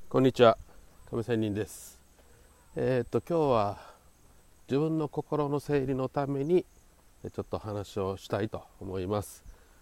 こんにちは、亀仙人です。今日は自分の心の整理のためにちょっと話をしたいと思います。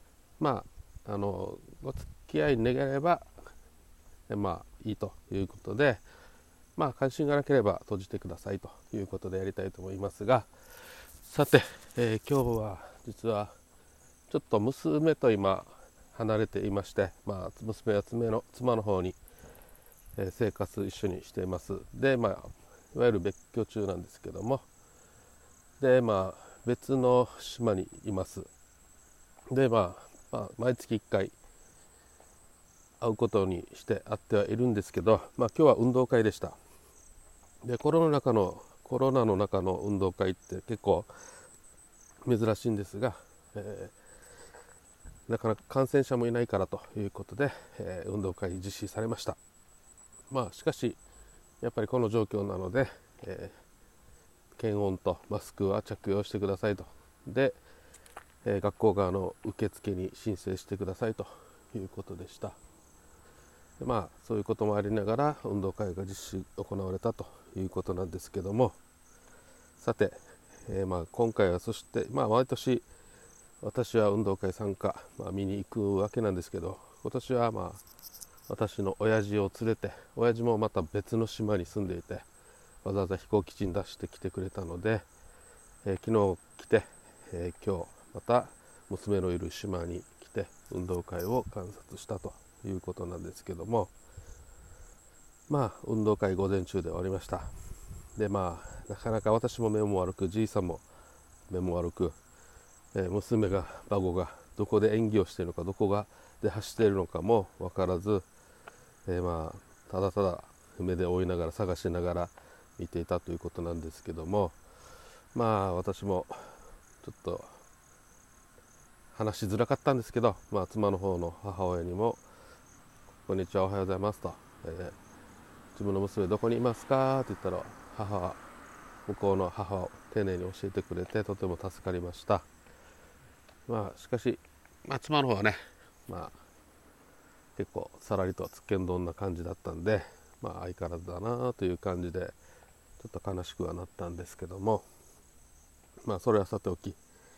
ご付き合い願えればいいということで、関心がなければ閉じてくださいということでやりたいと思いますが、さて、今日は実はちょっと娘と今離れていまして、娘は妻の方に生活一緒にしています。で、いわゆる別居中なんですけども、で、別の島にいます。で、毎月1回会うことにして会ってはいるんですけど、今日は運動会でした。で、コロナの中の運動会って結構珍しいんですが、なかなか感染者もいないからということで、運動会実施されました。しかしやっぱりこの状況なので、検温とマスクは着用してくださいと。で、学校側の受付に申請してくださいということでした。で、そういうこともありながら運動会が実施行われたということなんですけども、さて、今回はそして、毎年私は運動会参加、見に行くわけなんですけど、今年は私の親父を連れて、親父もまた別の島に住んでいて、わざわざ飛行機地に出してきてくれたので、昨日来て、今日また娘のいる島に来て運動会を観察したということなんですけども、運動会午前中で終わりました。で、なかなか私も目も悪く、じいさんも目も悪く、孫がどこで演技をしているのか、どこがで走っているのかも分からず、ただただ目で追いながら探しながら見ていたということなんですけども、私もちょっと話しづらかったんですけど、妻の方の母親にもこんにちは、おはようございますと、自分の娘どこにいますかって言ったら、向こうの母を丁寧に教えてくれて、とても助かりました。しかし、妻の方はね、結構さらりとつっけんどんな感じだったんで、相変わらずだなという感じでちょっと悲しくはなったんですけども、それはさておき、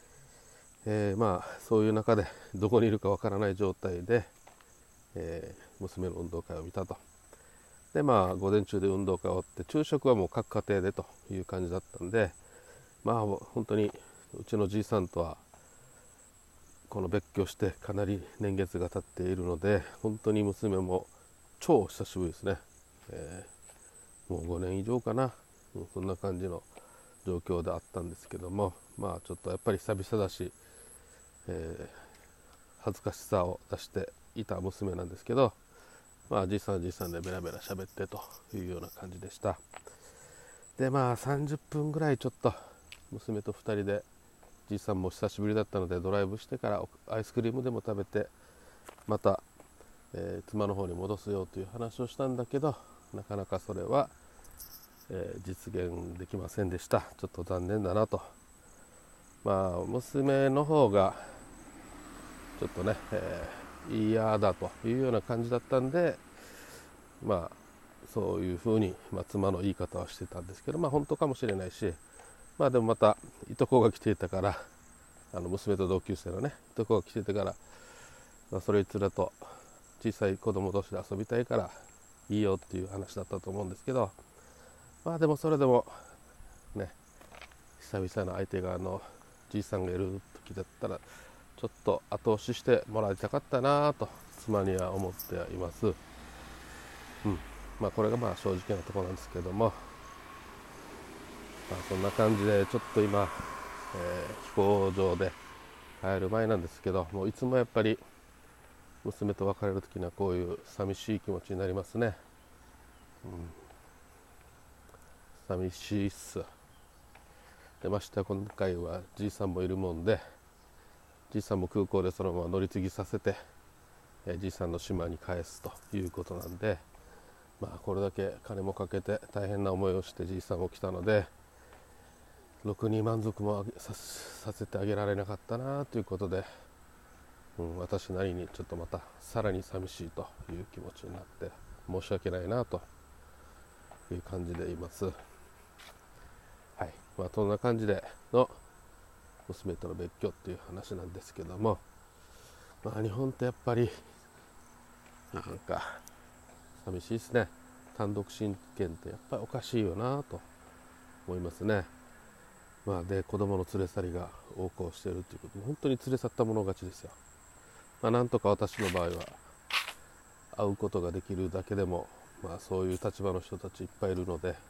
そういう中でどこにいるかわからない状態で、娘の運動会を見たと。で、午前中で運動会終わって昼食はもう各家庭でという感じだったんで、本当にうちのじいさんとはこの別居してかなり年月が経っているので、本当に娘も超久しぶりですね。もう5年以上かな、そんな感じの状況であったんですけども、ちょっとやっぱり久々だし、恥ずかしさを出していた娘なんですけど、じいさんはじいさんでベラベラ喋ってというような感じでした。で、30分ぐらいちょっと娘と2人で、じいさんも久しぶりだったのでドライブしてからアイスクリームでも食べて、また、妻の方に戻すよという話をしたんだけど、なかなかそれは、実現できませんでした。ちょっと残念だなと。娘の方がちょっとね、嫌だというような感じだったんで、そういうふうに、妻の言い方はしてたんですけど、本当かもしれないし、でもまたいとこが来ていたから、娘と同級生のねいとこが来ていたから、それつらと小さい子供同士で遊びたいからいいよっていう話だったと思うんですけど、でもそれでもね、久々の相手側のじいさんがいる時だったらちょっと後押ししてもらいたかったなと妻には思っています。これが正直なところなんですけども、そんな感じでちょっと今、飛行場で帰る前なんですけど、もういつもやっぱり娘と別れる時にはこういう寂しい気持ちになりますね。寂しいっす。でまして今回はじいさんもいるもんで、じいさんも空港でそのまま乗り継ぎさせて、じいさんの島に返すということなんで、これだけ金もかけて大変な思いをしてじいさんも来たので、ろくに満足もさせてあげられなかったなということで、私なりにちょっとまたさらに寂しいという気持ちになって申し訳ないなという感じでいます。はい、そんな感じでの娘との別居っていう話なんですけども、日本ってやっぱりなんか寂しいですね。単独親権ってやっぱりおかしいよなと思いますね。で子供の連れ去りが横行しているということで、本当に連れ去った者勝ちですよ。なんとか私の場合は会うことができるだけでも、そういう立場の人たちいっぱいいるので、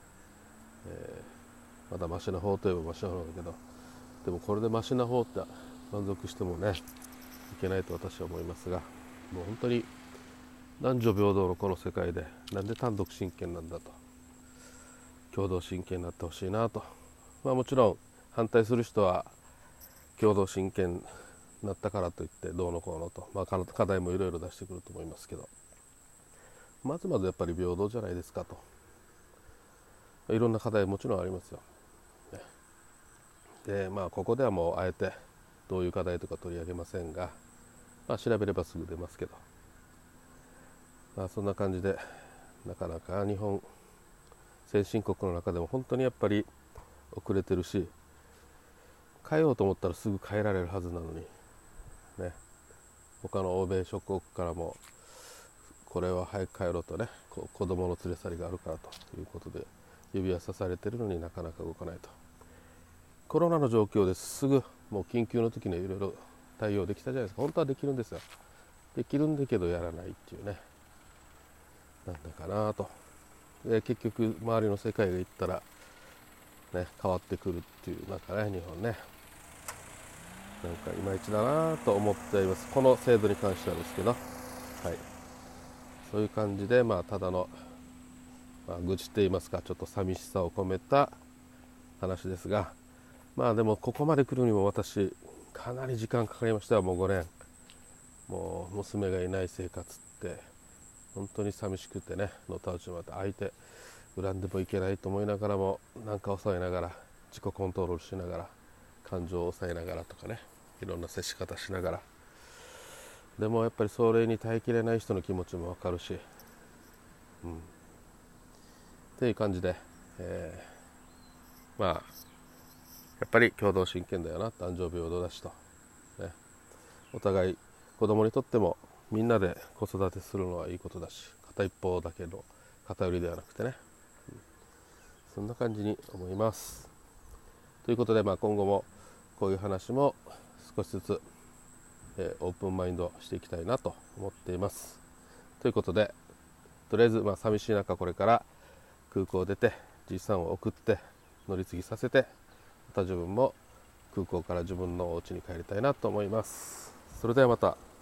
まだマシな方といえばマシな方だけど、でもこれでマシな方って満足してもねいけないと私は思いますが、もう本当に男女平等のこの世界でなんで単独親権なんだと、共同親権になってほしいなと。もちろん反対する人は共同親権になったからといってどうのこうのと、課題もいろいろ出してくると思いますけど、まずやっぱり平等じゃないですかと、いろんな課題もちろんありますよ。でここではもうあえてどういう課題とか取り上げませんが、調べればすぐ出ますけど、そんな感じでなかなか日本先進国の中でも本当にやっぱり遅れてるし、変えようと思ったらすぐ変えられるはずなのにね、他の欧米諸国からもこれは早く帰ろうとね、子供の連れ去りがあるからということで指輪さされてるのになかなか動かないと。コロナの状況ですぐもう緊急の時にいろいろ対応できたじゃないですか。本当はできるんですよ。できるんだけどやらないっていうね、なんだかなと。で結局周りの世界が行ったらね変わってくるっていう、日本ね、いまいちだなと思っています。この制度に関してはですけど、そういう感じでただの、愚痴って言いますか、ちょっと寂しさを込めた話ですが、でもここまで来るにも私かなり時間かかりましたよ。もう5年、もう娘がいない生活って本当に寂しくてね、のたうちまで相手恨んでもいけないと思いながらも、抑えながら自己コントロールしながら感情を抑えながらとかね、いろんな接し方しながら、でもやっぱりそれに耐えきれない人の気持ちもわかるし、っていう感じで、やっぱり共同親権だよな、男女平等だしと、ね、お互い子供にとってもみんなで子育てするのはいいことだし、片一方だけの偏りではなくてね、そんな感じに思います。ということで、今後もこういう話も少しずつ、オープンマインドしていきたいなと思っています。ということで、とりあえず寂しい中これから空港を出てじいさんを送って乗り継ぎさせて、また自分も空港から自分のお家に帰りたいなと思います。それではまた。